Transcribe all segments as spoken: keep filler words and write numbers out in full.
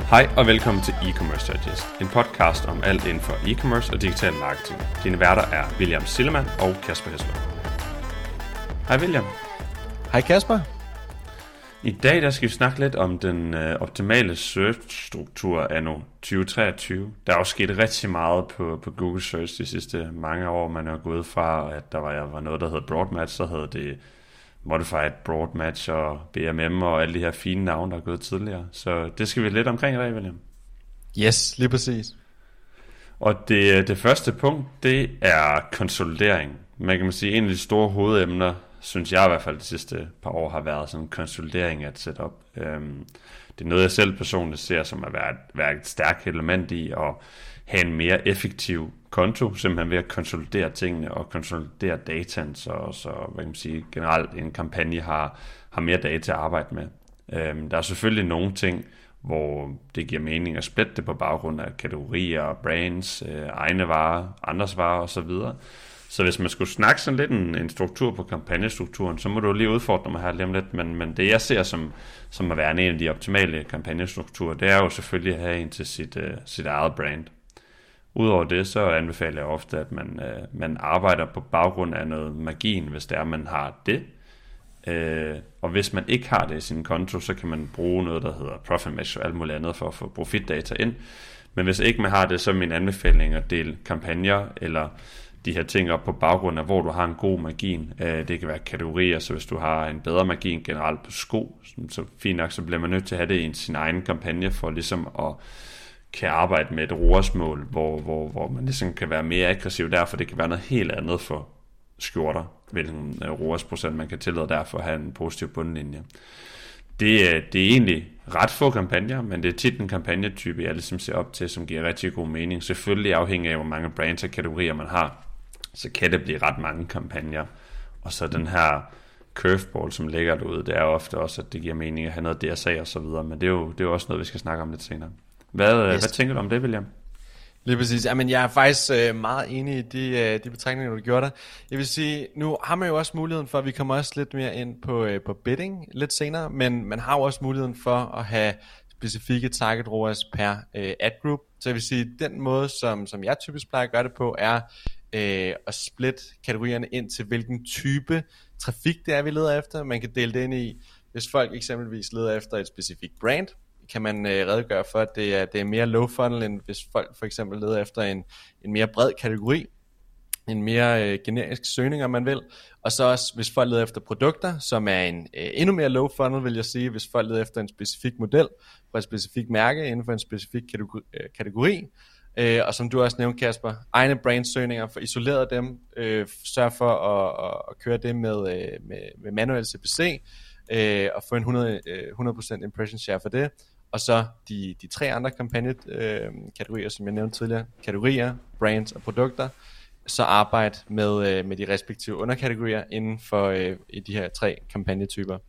Hej og velkommen til E-Commerce Strategist, en podcast om alt inden for e-commerce og digital marketing. Dine værter er William Sillemann og Kasper Hesler. Hej William. Hej Kasper. I dag der skal vi snakke lidt om den øh, optimale search-struktur anno tyve treogtyve. Der er jo sket rigtig meget på, på Google Search de sidste mange år. Man er gået fra, at der var, var noget, der hed Broad Match, så hed det Modified Broad Match og B M M og alle de her fine navne, der er gået tidligere. Så det skal vi lidt omkring i dag, William. Yes, lige præcis. Og det, det første punkt, det er konsolidering. Man kan sige, en af de store hovedemner, synes jeg i hvert fald de sidste par år, har været sådan en konsolidering af et setup. Øhm, det er noget, jeg selv personligt ser som at være et, være et stærkt element i at have en mere effektiv konto, simpelthen ved at konsolidere tingene og konsolidere dataen, så, så hvad kan man sige, generelt en kampagne har, har mere data at arbejde med. Øhm, der er selvfølgelig nogle ting, hvor det giver mening at splitte det på baggrund af kategorier, brands, øh, egne varer, andres varer osv. Så hvis man skulle snakke sådan lidt en, en struktur på kampagnestrukturen, så må du lige udfordre mig her lige om lidt, men, men det jeg ser som, som at være en af de optimale kampagnestrukturer, det er jo selvfølgelig at have en til sit, uh, sit eget brand. Udover det, så anbefaler jeg ofte, at man, uh, man arbejder på baggrund af noget margin, hvis det er, man har det. Uh, og hvis man ikke har det i sin konto, så kan man bruge noget, der hedder Profit Mesh og alt muligt andet for at få profitdata ind. Men hvis ikke man har det, så er min anbefaling at dele kampagner eller de her ting op på baggrund af, hvor du har en god margin. Det kan være kategorier, så hvis du har en bedre margin generelt på sko, så fint nok, så bliver man nødt til at have det i sin egen kampagne, for ligesom at kan arbejde med et R O A-mål, hvor, hvor, hvor man ligesom kan være mere aggressiv der, for det kan være noget helt andet for skjorter, hvilken R O A-procent man kan tillade derfor at have en positiv bundlinje. Det er, det er egentlig ret få kampagner, men det er tit en kampagnetype, jeg ligesom ser op til, som giver rigtig god mening. Selvfølgelig afhængig af, hvor mange brands og kategorier man har, så kan det blive ret mange kampagner. Og så den her curveball, som ligger derude, det er ofte også, at det giver mening at have noget D S A og så videre, men det er jo, det er jo også noget, vi skal snakke om lidt senere. Hvad, yes. hvad tænker du om det, William? Lige præcis. Jamen, jeg er faktisk øh, meget enig i de, øh, de betragtninger, du gjorde der. Jeg vil sige, nu har man jo også muligheden for, at vi kommer også lidt mere ind på, øh, på bidding lidt senere, men man har jo også muligheden for at have specifikke target R O A's per øh, ad group. Så jeg vil sige, den måde, som, som jeg typisk plejer at gøre det på, er øh, at splitte kategorierne ind til, hvilken type trafik det er, vi leder efter. Man kan dele det ind i, hvis folk eksempelvis leder efter et specifikt brand, kan man øh, redegøre for, at det er, det er mere low funnel, end hvis folk for eksempel leder efter en, en mere bred kategori, en mere øh, generisk søgning, om man vil. Og så også, hvis folk leder efter produkter, som er en øh, endnu mere low funnel, vil jeg sige, hvis folk leder efter en specifik model, for et specifikt mærke, inden for en specifik kategori, øh, kategori. Øh, og som du også nævnte, Kasper, egne brandsøgninger, for isoleret dem, øh, sørg for at, at, at køre det med, øh, med, med manuel C P C, øh, og få en hundrede procent impression share for det. Og så de, de tre andre kampagnekategorier, øh, som jeg nævnte tidligere, kategorier, brands og produkter, så arbejde med, øh, med de respektive underkategorier inden for øh, i de her tre kampagnetyper.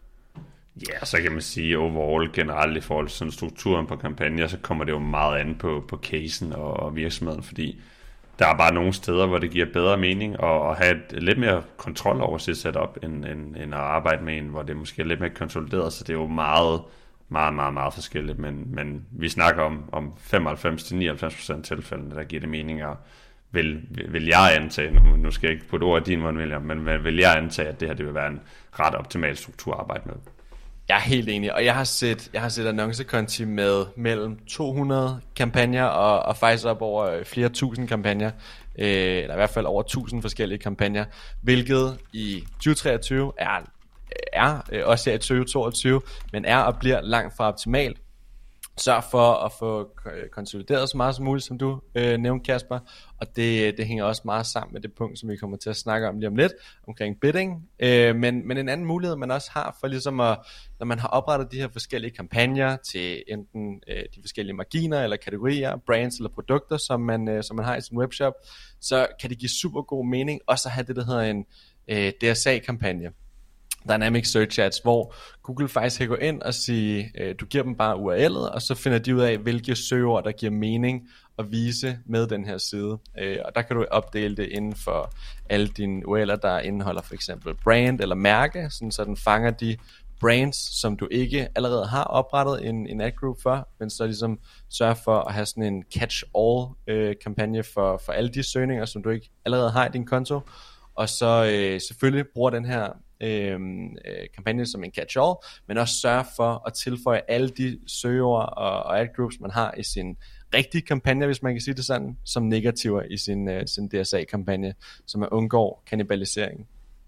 Ja, så kan man sige overall generelt i forhold til sådan strukturen på kampagner, så kommer det jo meget an på, på casen og, og virksomheden, fordi der er bare nogle steder, hvor det giver bedre mening at, at have et, lidt mere kontrol over sit setup, end, end, end at arbejde med en, hvor det måske er lidt mere konsolideret, så det er jo meget meget, meget, meget forskelligt, men, men vi snakker om, om femoghalvfems til nioghalvfems procent tilfældene, der giver det mening, og vil, vil jeg antage, nu, nu skal jeg ikke putte ord i din mund, William, men vil jeg antage, at det her det vil være en ret optimal struktur at arbejde med. Jeg er helt enig, og jeg har set, jeg har set annoncekonti med mellem to hundrede kampagner, og, og faktisk op over flere tusind kampagner, øh, eller i hvert fald over tusind forskellige kampagner, hvilket i tyve treogtyve er er øh, også her i tyve toogtyve, men er og bliver langt fra optimalt. Sørg for at få konsolideret så meget som muligt, som du øh, nævnte, Kasper, og det, det hænger også meget sammen med det punkt, som vi kommer til at snakke om lige om lidt, omkring bidding, øh, men, men en anden mulighed, man også har for ligesom at, når man har oprettet de her forskellige kampagner til enten øh, de forskellige marginer eller kategorier, brands eller produkter, som man, øh, som man har i sin webshop, så kan det give super god mening også at have det, der hedder en øh, D S A-kampagne. Dynamic Search Ads, hvor Google faktisk kan gå ind og sige, øh, du giver dem bare U R L'et, og så finder de ud af, hvilke søgeord, der giver mening at vise med den her side. Øh, og der kan du opdele det inden for alle dine U R L'er, der indeholder for eksempel brand eller mærke, sådan så den fanger de brands, som du ikke allerede har oprettet en, en ad group for, men så ligesom sørge for at have sådan en catch-all øh, kampagne for, for alle de søgninger, som du ikke allerede har i din konto, og så øh, selvfølgelig bruger den her øh, kampagne som en catch-all, men også sørge for at tilføje alle de søgeord og, og ad groups, man har i sin rigtige kampagne, hvis man kan sige det sådan, som negativer i sin, uh, sin D S A-kampagne, så man undgår kannibalisering.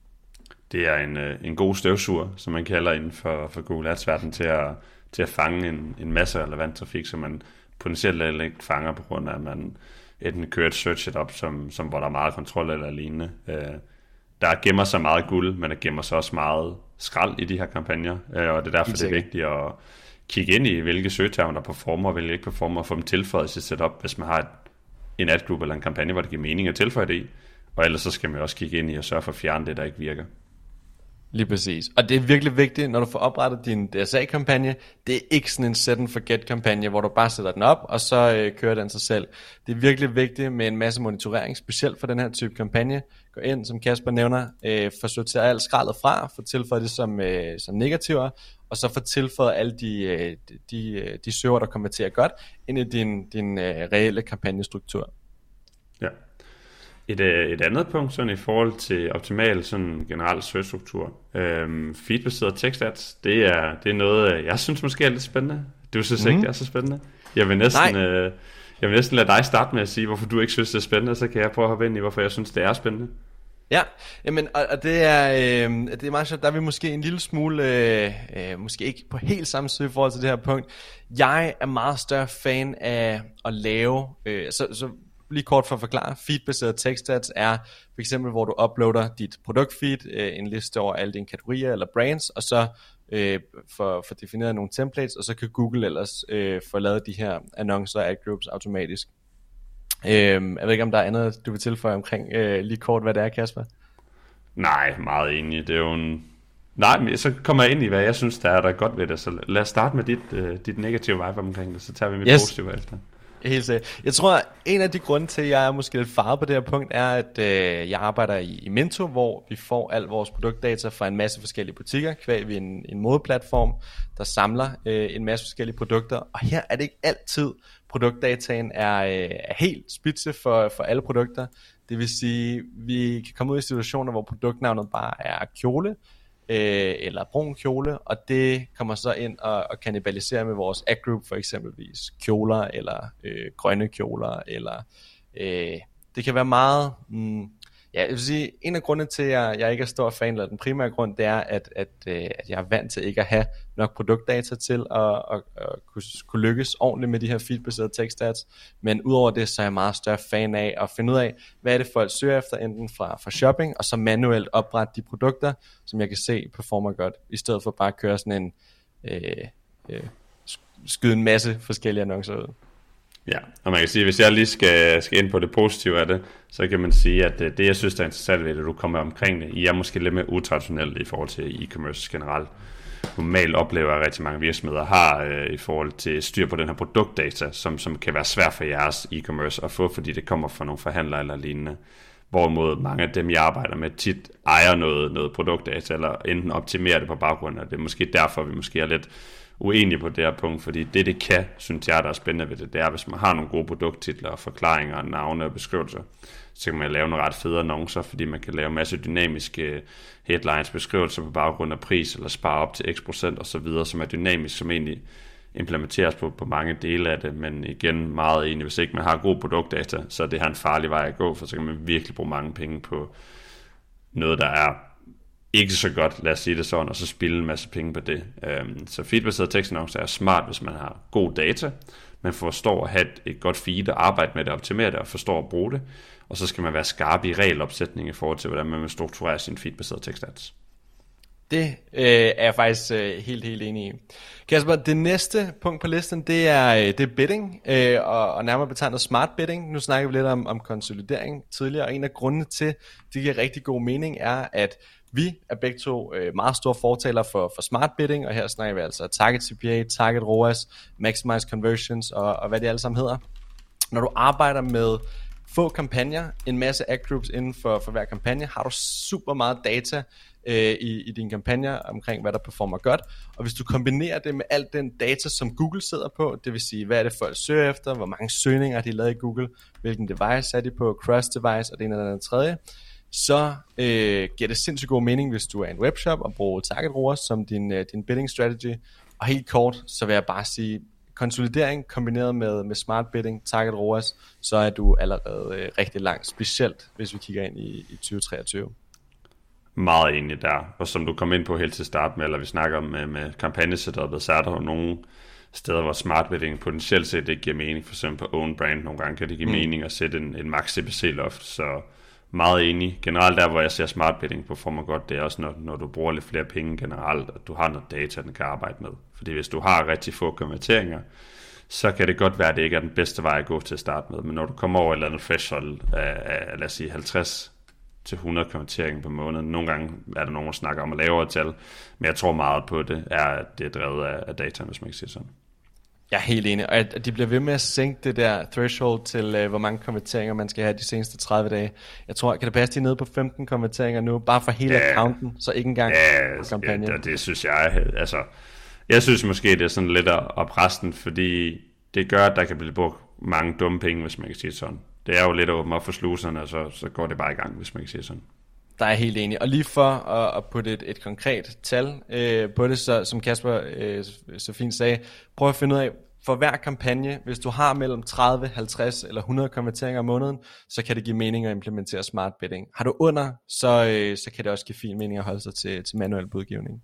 Det er en, en god støvsuger, som man kalder inden for, for Google Ads-verden, til at, til at fange en, en masse relevant trafik, som man potentielt ikke fanger, på grund af, at man enten kører et search setup, som, som, hvor der er meget kontrol eller lignende. Der gemmer sig meget guld, men der gemmer sig også meget skrald i de her kampagner, og det er derfor, det er vigtigt at kigge ind i, hvilke søgetermer der performer, og hvilke ikke performer, og få dem tilføjet i sit setup, hvis man har et, en ad group eller en kampagne, hvor det giver mening at tilføje det i. Og ellers så skal man også kigge ind i og sørge for at fjerne det, der ikke virker. Lige præcis. Og det er virkelig vigtigt, når du får oprettet din D S A-kampagne. Det er ikke sådan en set and forget-kampagne, hvor du bare sætter den op, og så øh, kører den sig selv. Det er virkelig vigtigt med en masse monitorering, specielt for den her type kampagne. Gå ind, som Kasper nævner, øh, få sorteret alt skraldet fra, få tilføjet det som, øh, som negativer, og så få tilføjet alle de, øh, de, de søger, der konverterer godt, ind i din, din øh, reelle kampagnestruktur. Ja. Et, et andet punkt sådan i forhold til optimal sådan generel søgestruktur, øhm, feedbaseret tekst ads, det er, det er noget, jeg synes måske er lidt spændende. Du synes mm. ikke, det er så spændende? Jeg vil næsten, øh, jeg vil næsten lade dig starte med at sige, hvorfor du ikke synes, det er spændende, så kan jeg prøve at hoppe ind i, hvorfor jeg synes, det er spændende. Ja, jamen, og, og det er øh, det er meget sjovt. Der er vi måske en lille smule øh, øh, måske ikke på helt samme side i forhold til det her punkt. Jeg er meget større fan af at lave øh, så, så lige kort for at forklare, feedbaseret tekst ads er for eksempel, hvor du uploader dit produktfeed, øh, en liste over alle dine kategorier eller brands, og så øh, for, for defineret nogle templates, og så kan Google ellers øh, få lavet de her annoncer og ad groups automatisk. Øh, jeg ved ikke, om der er andet, du vil tilføje omkring øh, lige kort, hvad det er, Kasper? Nej, meget enig. Det er jo en... Nej, men så kommer jeg ind i, hvad jeg synes, der er, der er godt ved det. Så lad os starte med dit, øh, dit negative vibe omkring det, så tager vi mit yes. positive efter. Helt sikkert. Jeg tror, en af de grunde til, at jeg er måske lidt farvet på det her punkt, er, at øh, jeg arbejder i, i Minto, hvor vi får al vores produktdata fra en masse forskellige butikker, kvæg vi en, en modeplatform, der samler øh, en masse forskellige produkter. Og her er det ikke altid, produktdataen er, øh, er helt spidse for, for alle produkter. Det vil sige, vi kan komme ud i situationer, hvor produktnavnet bare er kjole, Øh, eller brun kjole, og det kommer så ind og, og kannibaliserer med vores ad group, for eksempelvis kjoler eller øh, grønne kjoler, eller øh, det kan være meget mm, ja, jeg vil sige, en af grundene til at jeg ikke er stor fan, eller den primære grund, det er at, at, øh, at jeg er vant til ikke at have nok produktdata til at, at, at kunne, kunne lykkes ordentligt med de her feedbaserede tekst ads, men udover det, så er jeg meget større fan af at finde ud af, hvad er det folk søger efter, enten fra, fra shopping, og så manuelt oprette de produkter, som jeg kan se performer godt, i stedet for bare at køre sådan en øh, øh, skyde en masse forskellige annoncer ud. Ja, og man kan sige, at hvis jeg lige skal, skal ind på det positive af det, så kan man sige, at det jeg synes, der er interessant ved det, at du kommer omkring det, I er måske lidt mere utraditionelle i forhold til e-commerce generelt. Normalt oplever jeg, at rigtig mange virksomheder har øh, i forhold til styr på den her produktdata, som, som kan være svært for jeres e-commerce at få, fordi det kommer fra nogle forhandlere eller lignende. Hvorimod mange af dem, jeg arbejder med, tit ejer noget, noget produktdata, eller enten optimerer det på baggrund af det. Det er måske derfor, vi måske er lidt uenige på det her punkt, fordi det, det kan, synes jeg, der er spændende ved det, det er, hvis man har nogle gode produkttitler, forklaringer, navne og beskrivelser, så kan man lave nogle ret fede annoncer, fordi man kan lave en masse dynamiske headlines, beskrivelser på baggrund af pris, eller spare op til x procent og så videre, som er dynamisk, som egentlig implementeres på, på mange dele af det, men igen meget enig, hvis ikke man har god produktdata, så er det her en farlig vej at gå, for så kan man virkelig bruge mange penge på noget, der er ikke så godt, lad os sige det sådan, og så spille en masse penge på det. Så feedbaseret tekstannoncer er smart, hvis man har god data, man forstår at have et, et godt feed og arbejde med det, optimere det og forstår at bruge det, og så skal man være skarp i regelopsætning i forhold til, hvordan man vil strukturere sin feedbaseret tekstads. Det øh, er jeg faktisk øh, helt, helt enig i. Kasper, det næste punkt på listen, det er, øh, det er bidding, øh, og, og nærmere betegnet smart bidding. Nu snakker vi lidt om, om konsolidering tidligere, og en af grundene til, det giver rigtig god mening, er, at vi er begge to øh, meget store fortalere for, for smart bidding, og her snakker vi altså target C P A, target R O A S, maximize conversions, og, og hvad det alle sammen hedder. Når du arbejder med få kampagner, en masse ad groups inden for, for hver kampagne, har du super meget data øh, i, i dine kampagner omkring, hvad der performer godt. Og hvis du kombinerer det med alt den data, som Google sidder på, det vil sige, hvad er det folk søger efter, hvor mange søgninger de lavet i Google, hvilken device er de på, cross-device og det ene eller andet tredje, så øh, giver det sindssygt god mening, hvis du er en webshop og bruger target R O A S som din, øh, din bidding strategy. Og helt kort, så vil jeg bare sige, konsolidering kombineret med, med smart bidding, target R O A S, så er du allerede øh, rigtig langt, specielt hvis vi kigger ind i, i tyve treogtyve. Meget enig der, og som du kom ind på helt til start med, eller vi snakker om med, med kampagnesetupet, så er der jo nogle steder, hvor smart bidding potentielt set ikke giver mening, for eksempel på own brand, nogle gange kan det give mm. mening at sætte en, en max C P C-loft, så meget enig. Generelt der, hvor jeg ser smart bidding performer godt, det er også, når, når du bruger lidt flere penge generelt, at du har noget data, den kan arbejde med. Fordi hvis du har rigtig få konverteringer, så kan det godt være, at det ikke er den bedste vej at gå til at starte med. Men når du kommer over et eller andet threshold af, af lad os sige, halvtreds til hundrede konverteringer på måneden, nogle gange er der nogen, der snakker om at lavere tal, men jeg tror meget på det, er, at det er drevet af, af data, hvis man ikke siger sådan. Jeg er helt enig, og at de bliver ved med at sænke det der threshold til, uh, hvor mange konverteringer man skal have de seneste tredive dage. Jeg tror, kan det passe, de er nede på femten konverteringer nu, bare for hele ja, accounten, så ikke engang ja, på kampagnen. Ja, det, det synes jeg, altså, jeg synes måske, det er sådan lidt at, at presse den, fordi det gør, at der kan blive brugt mange dumme penge, hvis man kan sige sådan. Det er jo lidt at åbne op for sluserne, og så, så går det bare i gang, hvis man kan sige sådan. Der er helt enig. Og lige for at, at putte et, et konkret tal øh, på det, så, som Kasper øh, så fint sagde, prøv at finde ud af, for hver kampagne, hvis du har mellem tredive, halvtreds eller hundrede konverteringer om måneden, så kan det give mening at implementere smart bidding. Har du under, så, øh, så kan det også give fin mening at holde sig til, til manuel budgivning.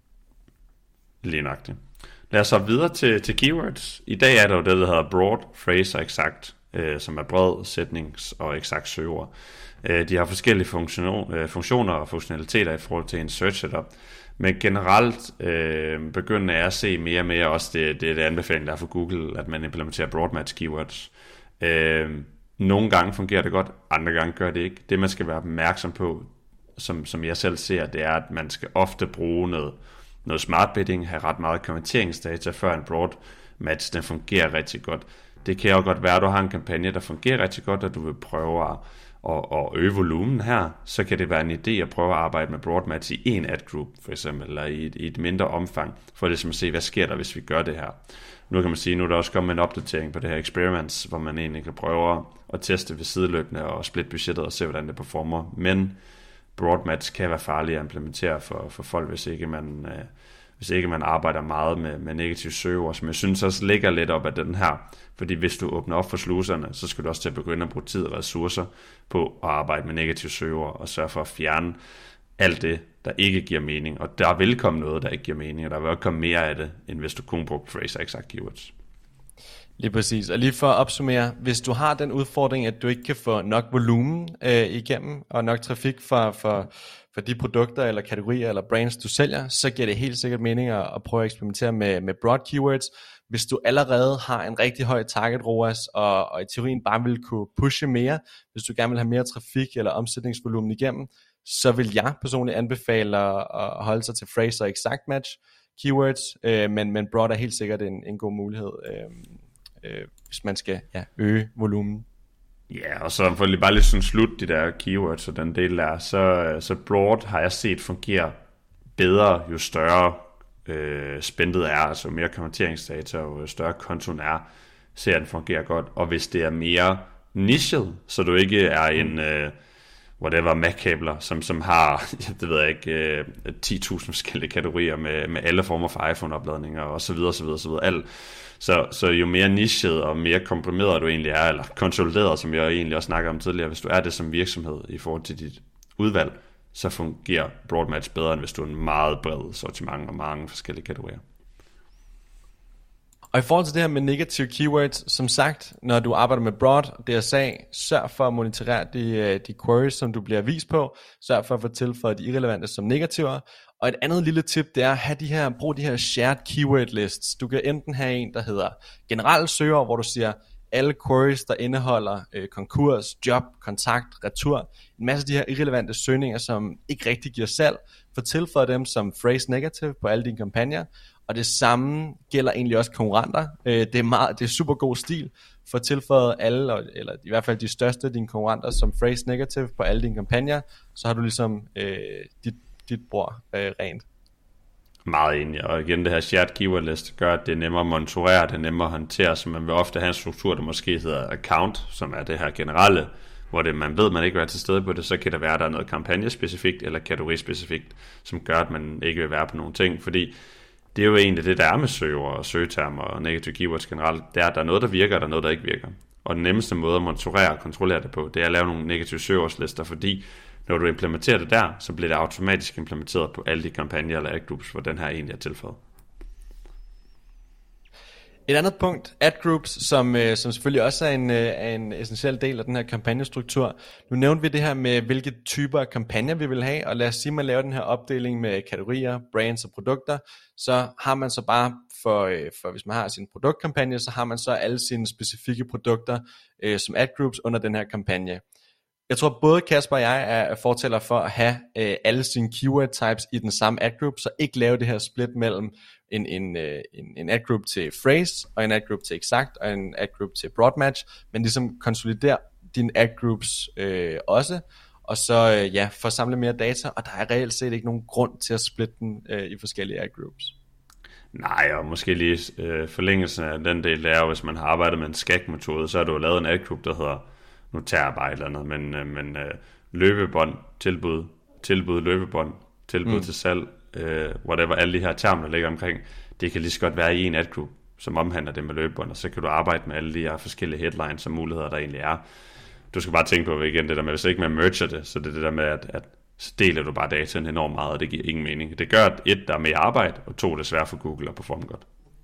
Lige nøjagtigt. Lad os så videre til, til keywords. I dag er der jo det, der hedder broad, phrase og exact, øh, som er bred, sætnings- og exakt søgeord. Øh, de har forskellige funktion, øh, funktioner og funktionaliteter i forhold til en search setup. Men generelt øh, begynder jeg at se mere og mere, også det, det er det anbefaling, der er for Google, at man implementerer broad match keywords. Øh, nogle gange fungerer det godt, andre gange gør det ikke. Det man skal være opmærksom på, som, som jeg selv ser, det er, at man skal ofte bruge noget, noget smart bidding, have ret meget konverteringsdata, før en broad match den fungerer rigtig godt. Det kan jo godt være, at du har en kampagne, der fungerer rigtig godt, og du vil prøve at Og, og øge volumen her, så kan det være en idé at prøve at arbejde med broad match i en ad group for eksempel, eller i et, i et mindre omfang, for det som at se, hvad sker der, hvis vi gør det her. Nu kan man sige, nu er der også kommet en opdatering på det her experiments, hvor man egentlig kan prøve at teste ved sideløbende og splitte budgettet og se, hvordan det performer. Men broad match kan være farligt at implementere for, for folk, hvis ikke man... Øh, hvis ikke man arbejder meget med, med negative søgeord, som jeg synes også ligger lidt op af den her. Fordi hvis du åbner op for sluserne, så skal du også til at begynde at bruge tid og ressourcer på at arbejde med negative søgeord, og sørge for at fjerne alt det, der ikke giver mening. Og der vil komme noget, der ikke giver mening, og der vil også komme mere af det, end hvis du kun bruger phrase og exact keywords. Lige præcis. Og lige for at opsummere, hvis du har den udfordring, at du ikke kan få nok volumen øh, igennem, og nok trafik for, for, for de produkter eller kategorier eller brands, du sælger, så giver det helt sikkert mening at, at prøve at eksperimentere med, med broad keywords. Hvis du allerede har en rigtig høj target R O A S, og, og i teorien bare vil kunne pushe mere, hvis du gerne vil have mere trafik eller omsætningsvolumen igennem, så vil jeg personligt anbefale at, at holde sig til phrase og exact match keywords, øh, men, men broad er helt sikkert en, en god mulighed, øh, øh, hvis man skal ja, øge volumen. Ja, og så for lige bare lige sådan slut de der keywords og den del der, så, så broad har jeg set fungere bedre, jo større øh, spændet er, altså mere konverteringsdata, og jo større kontoen er, ser den fungerer godt. Og hvis det er mere nichet, så du ikke er en øh, whatever Mac-kabler, som, som har, det ved jeg ikke, øh, ti tusind forskellige kategorier med, med alle former for iPhone-opladninger og så videre, så videre, så videre, alt. Så, så jo mere nichet og mere komprimeret du egentlig er, eller konsolideret, som jeg egentlig også snakker om tidligere, hvis du er det som virksomhed i forhold til dit udvalg, så fungerer broad match bedre, end hvis du er en meget bred sortiment og mange forskellige kategorier. Og i forhold til det her med negative keywords, som sagt, når du arbejder med broad og D S A, sørg for at monitorere de, de queries, som du bliver vist på. Sørg for at få tilføjet de irrelevante som negativer. Og et andet lille tip, det er at have de her, brug de her shared keyword lists. Du kan enten have en, der hedder generelle søger, hvor du siger alle queries, der indeholder øh, konkurs, job, kontakt, retur. En masse af de her irrelevante søgninger, som ikke rigtig giver salg. Få tilføjet dem som phrase negative på alle dine kampagner. Og det samme gælder egentlig også konkurrenter. Det er, meget, det er super god stil for at tilføje alle, eller i hvert fald de største af dine konkurrenter som phrase negative på alle dine kampagner. Så har du ligesom øh, dit dit bord øh, rent. Meget enig, og igen det her shared keyword list gør, at det er nemmere at monitorere, det er nemmere at håndtere, så man vil ofte have en struktur, der måske hedder account, som er det her generelle, hvor det, man ved, man ikke vil være til stede på det, så kan det være, at der er noget kampagnespecifikt eller kategorispecifikt, som gør, at man ikke vil være på nogle ting, fordi det er jo egentlig det, der er med søgeord og søgetermer og negative keywords generelt, det er, at der er noget, der virker, og der er noget, der ikke virker. Og den nemmeste måde at monitorere og kontrollere det på, det er at lave nogle negative søgeordslister, fordi når du implementerer det der, så bliver det automatisk implementeret på alle de kampagner eller ad groups, hvor den her egentlig er tilføjet. Et andet punkt, ad groups, som, øh, som selvfølgelig også er en, øh, er en essentiel del af den her kampagnestruktur. Nu nævnte vi det her med, hvilke typer af kampagner vi vil have, og lad os sige, at man laver den her opdeling med kategorier, brands og produkter, så har man så bare, for, øh, for hvis man har sin produktkampagne, så har man så alle sine specifikke produkter øh, som ad groups under den her kampagne. Jeg tror både Kasper og jeg er fortæller for at have øh, alle sine keyword types i den samme ad group, så ikke lave det her split mellem en, en, øh, en, en ad group til phrase, og en ad group til exact, og en ad group til broad match, men ligesom konsolidere dine ad groups øh, også, og så øh, ja, få samlet mere data, og der er reelt set ikke nogen grund til at splitte den øh, i forskellige ad groups. Nej, og måske lige øh, forlængelsen af den del, det er jo, hvis man har arbejdet med en skak-metode, så har du lavet en ad group, der hedder, nu tager jeg bare et eller andet, men, øh, men øh, løbebånd, tilbud, tilbud, løbebånd, tilbud mm. til salg, øh, whatever, alle de her termer, der ligger omkring, det kan lige så godt være i en ad group, som omhandler det med løbebånd, og så kan du arbejde med alle de her forskellige headlines og muligheder, der egentlig er. Du skal bare tænke på igen det der med, hvis ikke man merger det, så det er det der med, at, at så deler du bare dataen enormt meget, og det giver ingen mening. Det gør, at et, der er mere arbejde, og to, det er svært for Google at performe godt.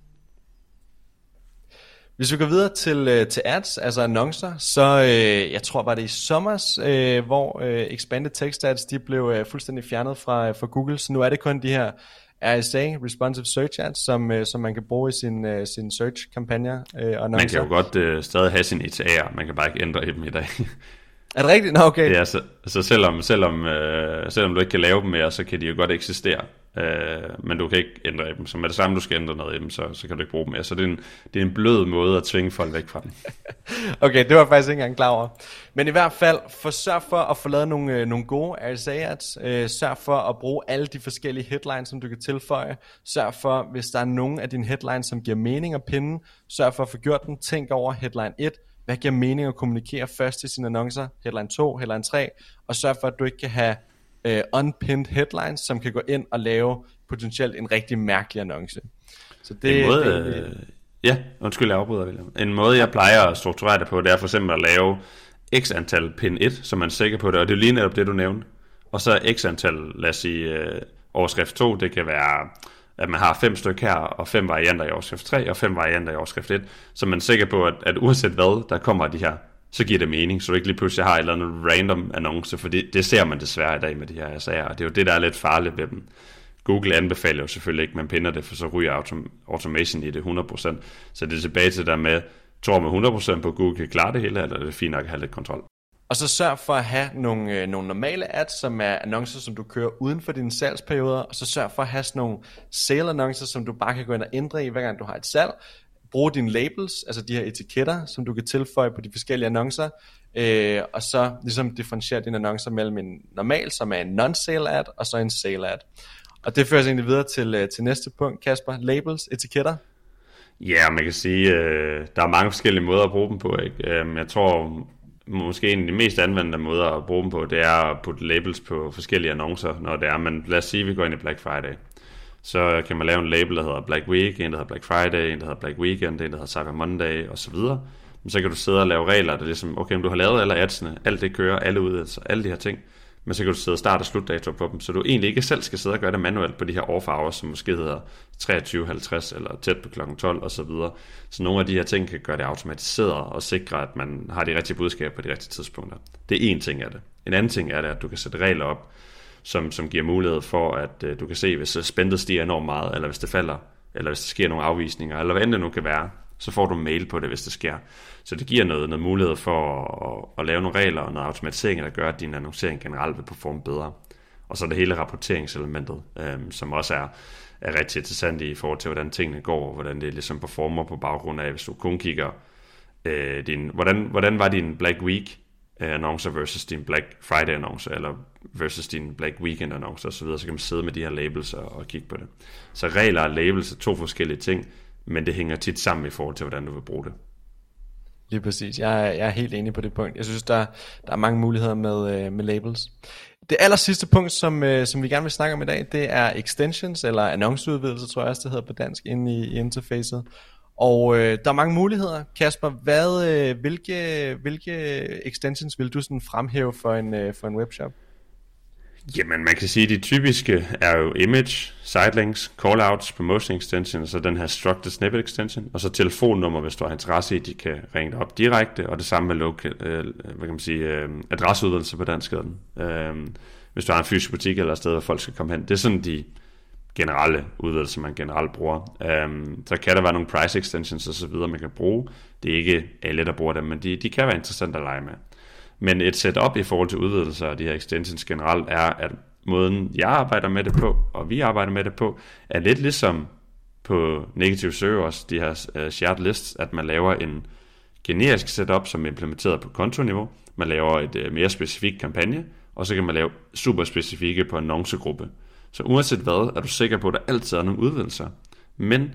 Hvis vi går videre til, til ads, altså annoncer, så øh, jeg tror var det i sommers, øh, hvor øh, Expanded Text Ads, de blev øh, fuldstændig fjernet fra, fra Google, så nu er det kun de her R S A, Responsive Search Ads, som, øh, som man kan bruge i sin, øh, sin search-kampagner øh, og annoncer. Man kan jo godt øh, stadig have sin E T A'er, man kan bare ikke ændre i dem i dag. Er det rigtigt? Nå, okay. Ja, så, så selvom, selvom, øh, selvom du ikke kan lave dem mere, så kan de jo godt eksistere. Øh, men du kan ikke ændre i dem. Så med det samme, du skal ændre noget i dem, så, så kan du ikke bruge dem mere. Så det er, en, det er en blød måde at tvinge folk væk fra dem. Okay, det var jeg faktisk ikke engang klar over. Men i hvert fald, forsørg for at få lavet nogle, øh, nogle gode R S A-ads. Øh, sørg for at bruge alle de forskellige headlines, som du kan tilføje. Sørg for, hvis der er nogen af dine headlines, som giver mening at pinde, sørg for at få gjort den. Tænk over headline et. Hvad giver mening at kommunikere først i sine annoncer? Headline to, headline tre. Og sørg for, at du ikke kan have uh, unpinned headlines, som kan gå ind og lave potentielt en rigtig mærkelig annonce. Så det, en måde, det, øh, ja, undskyld, jeg afbryder, William. En måde, jeg plejer at strukturere det på, det er for eksempel at lave x antal pin et, så man er sikker på det, og det er jo lige netop det, du nævnte. Og så x antal, lad os sige, øh, overskrift to, det kan være, at man har fem stykker her, og fem varianter i overskrift tre, og fem varianter i overskrift et, så man er sikker på, at, at uanset hvad, der kommer af de her, så giver det mening, så du ikke lige pludselig har et eller andet random annonce, for det, det ser man desværre i dag med de her S A'er, og det er jo det, der er lidt farligt ved dem. Google anbefaler jo selvfølgelig ikke, at man pinder det, for så ryger autom- automation i det hundrede procent, så det er tilbage til der med, tror man hundrede procent på, at Google kan klare det hele, eller er det fint nok at have lidt kontrol? Og så sørg for at have nogle, øh, nogle normale ads, som er annoncer, som du kører uden for dine salgsperioder, og så sørg for at have sådan nogle sale-annoncer, som du bare kan gå ind og ændre i, hver gang du har et salg. Brug dine labels, altså de her etiketter, som du kan tilføje på de forskellige annoncer, øh, og så ligesom differentiere dine annoncer mellem en normal, som er en non-sale ad, og så en sale ad. Og det fører os egentlig videre til, til næste punkt, Kasper. Labels, etiketter. Ja, man kan sige, øh, der er mange forskellige måder at bruge dem på, ikke? Øh, jeg tror, måske en af de mest anvendte måder at bruge dem på, det er at putte labels på forskellige annoncer, når det er, men lad os sige, at vi går ind i Black Friday. Så kan man lave en label, der hedder Black Week, en der hedder Black Friday, en der hedder Black Weekend, en der hedder Cyber Monday, og så videre. Men så kan du sidde og lave regler, der ligesom, okay, du har lavet alle adsene, alt det kører, alle udvidelser, alle de her ting, men så kan du sidde og starte og slutdato på dem, så du egentlig ikke selv skal sidde og gøre det manuelt på de her off-hours, som måske hedder treogtyve halvtreds eller tæt på klokken tolv og så videre. Så nogle af de her ting kan gøre det automatiseret og sikre, at man har de rigtige budskaber på de rigtige tidspunkter. Det er en ting af det. En anden ting er det, at du kan sætte regler op, som, som giver mulighed for, at uh, du kan se, hvis spændet stiger enormt meget, eller hvis det falder, eller hvis der sker nogle afvisninger, eller hvad end det nu kan være, så får du mail på det, hvis det sker. Så det giver noget, noget mulighed for at, at lave nogle regler og noget automatisering, der gør, at din annoncering generelt vil performe bedre. Og så er det hele rapporteringselementet, øhm, som også er, er rigtig interessant i forhold til, hvordan tingene går, og hvordan det ligesom performer på baggrund af, hvis du kun kigger, øh, din, hvordan, hvordan var din Black Week øh, annoncer versus din Black Friday annoncer, eller versus din Black Weekend annoncer osv., så kan man sidde med de her labels og, og kigge på det. Så regler og labels er to forskellige ting, men det hænger tit sammen i forhold til, hvordan du vil bruge det. Lige præcis. Jeg er, jeg er helt enig på det punkt. Jeg synes, der, der er mange muligheder med, med labels. Det aller sidste punkt, som, som vi gerne vil snakke om i dag, det er extensions, eller annonceudvidelse, tror jeg også, det hedder på dansk, inde i, i interfacet. Og øh, der er mange muligheder. Kasper, hvad, øh, hvilke, hvilke extensions vil du sådan fremhæve for en, øh, for en webshop? Jamen, man kan sige, at de typiske er jo image, sitelinks, callouts, promotion extensions, og den her structured snippet extension, og så telefonnummer, hvis du har interesse i, de kan ringe dig op direkte, og det samme med local, øh, hvad kan man sige, øh, adresseudvidelse på dansk hedder den. Øh, hvis du har en fysisk butik eller et sted, hvor folk skal komme hen. Det er sådan de generelle udvidelser, man generelt bruger. Øh, så kan der være nogle price extensions og så videre, man kan bruge. Det er ikke alle, der bruger dem, men de, de kan være interessante at lege med. Men et setup i forhold til udvidelser og de her extensions generelt er, at måden jeg arbejder med det på, og vi arbejder med det på, er lidt ligesom på negative servers, de her uh, shared lists, at man laver en generisk setup, som er implementeret på kontoniveau. Man laver et uh, mere specifik kampagne, og så kan man lave super specifikke på annoncegruppe. Så uanset hvad, er du sikker på, at der altid er nogle udvidelser. Men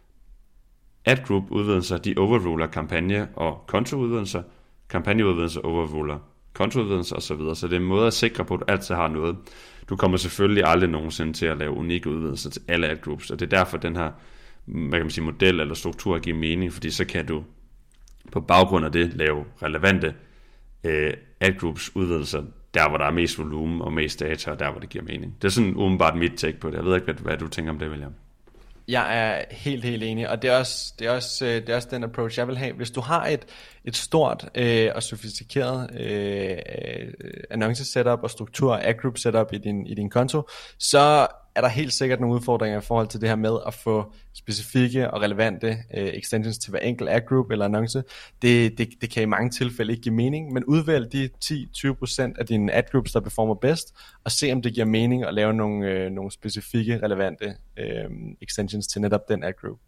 ad group udvidelser, de overruler kampagne og kontoudvidelser, kampagneudvidelser overruler kontoudvidelser osv. Så det er en måde at sikre på, at du altid har noget. Du kommer selvfølgelig aldrig nogensinde til at lave unikke udvidelser til alle ad groups, og det er derfor den her, hvad kan man sige, model eller struktur giver mening, fordi så kan du på baggrund af det lave relevante øh, ad groups udvidelser, der hvor der er mest volumen og mest data, og der hvor det giver mening. Det er sådan umiddelbart mit take på det. Jeg ved ikke, hvad, hvad du tænker om det, William. Jeg er helt, helt enig, og det er også, det er også, det er også den approach, jeg vil have. Hvis du har et, et stort øh, og sofistikeret øh, annonce-setup og struktur, ad-group setup i din, i din konto, så er der helt sikkert nogle udfordringer i forhold til det her med at få specifikke og relevante øh, extensions til hver enkelt ad-group eller annonce. Det, det, det kan i mange tilfælde ikke give mening, men udvælg de ti til tyve procent af dine ad-groups, der performer bedst, og se om det giver mening at lave nogle, øh, nogle specifikke, relevante øh, extensions til netop den ad-group.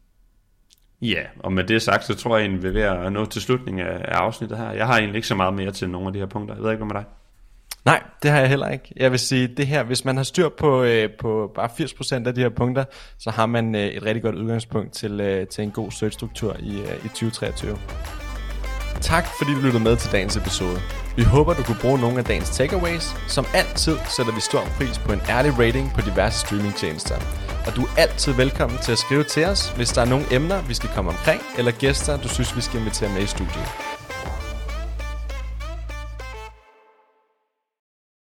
Ja, og med det sagt, så tror jeg egentlig, vi er ved at nå til slutningen af, af afsnittet her. Jeg har egentlig ikke så meget mere til nogle af de her punkter. Jeg ved ikke, hvad med dig? Nej, det har jeg heller ikke. Jeg vil sige, det her, hvis man har styr på, øh, på bare firs procent af de her punkter, så har man øh, et rigtig godt udgangspunkt til, øh, til en god search-struktur i, øh, i tyve treogtyve. Tak fordi du lyttede med til dagens episode. Vi håber, du kunne bruge nogle af dagens takeaways. Som altid sætter vi stor pris på en ærlig rating på diverse streamingtjenester. Og du er altid velkommen til at skrive til os, hvis der er nogle emner, vi skal komme omkring, eller gæster, du synes, vi skal invitere med i studiet.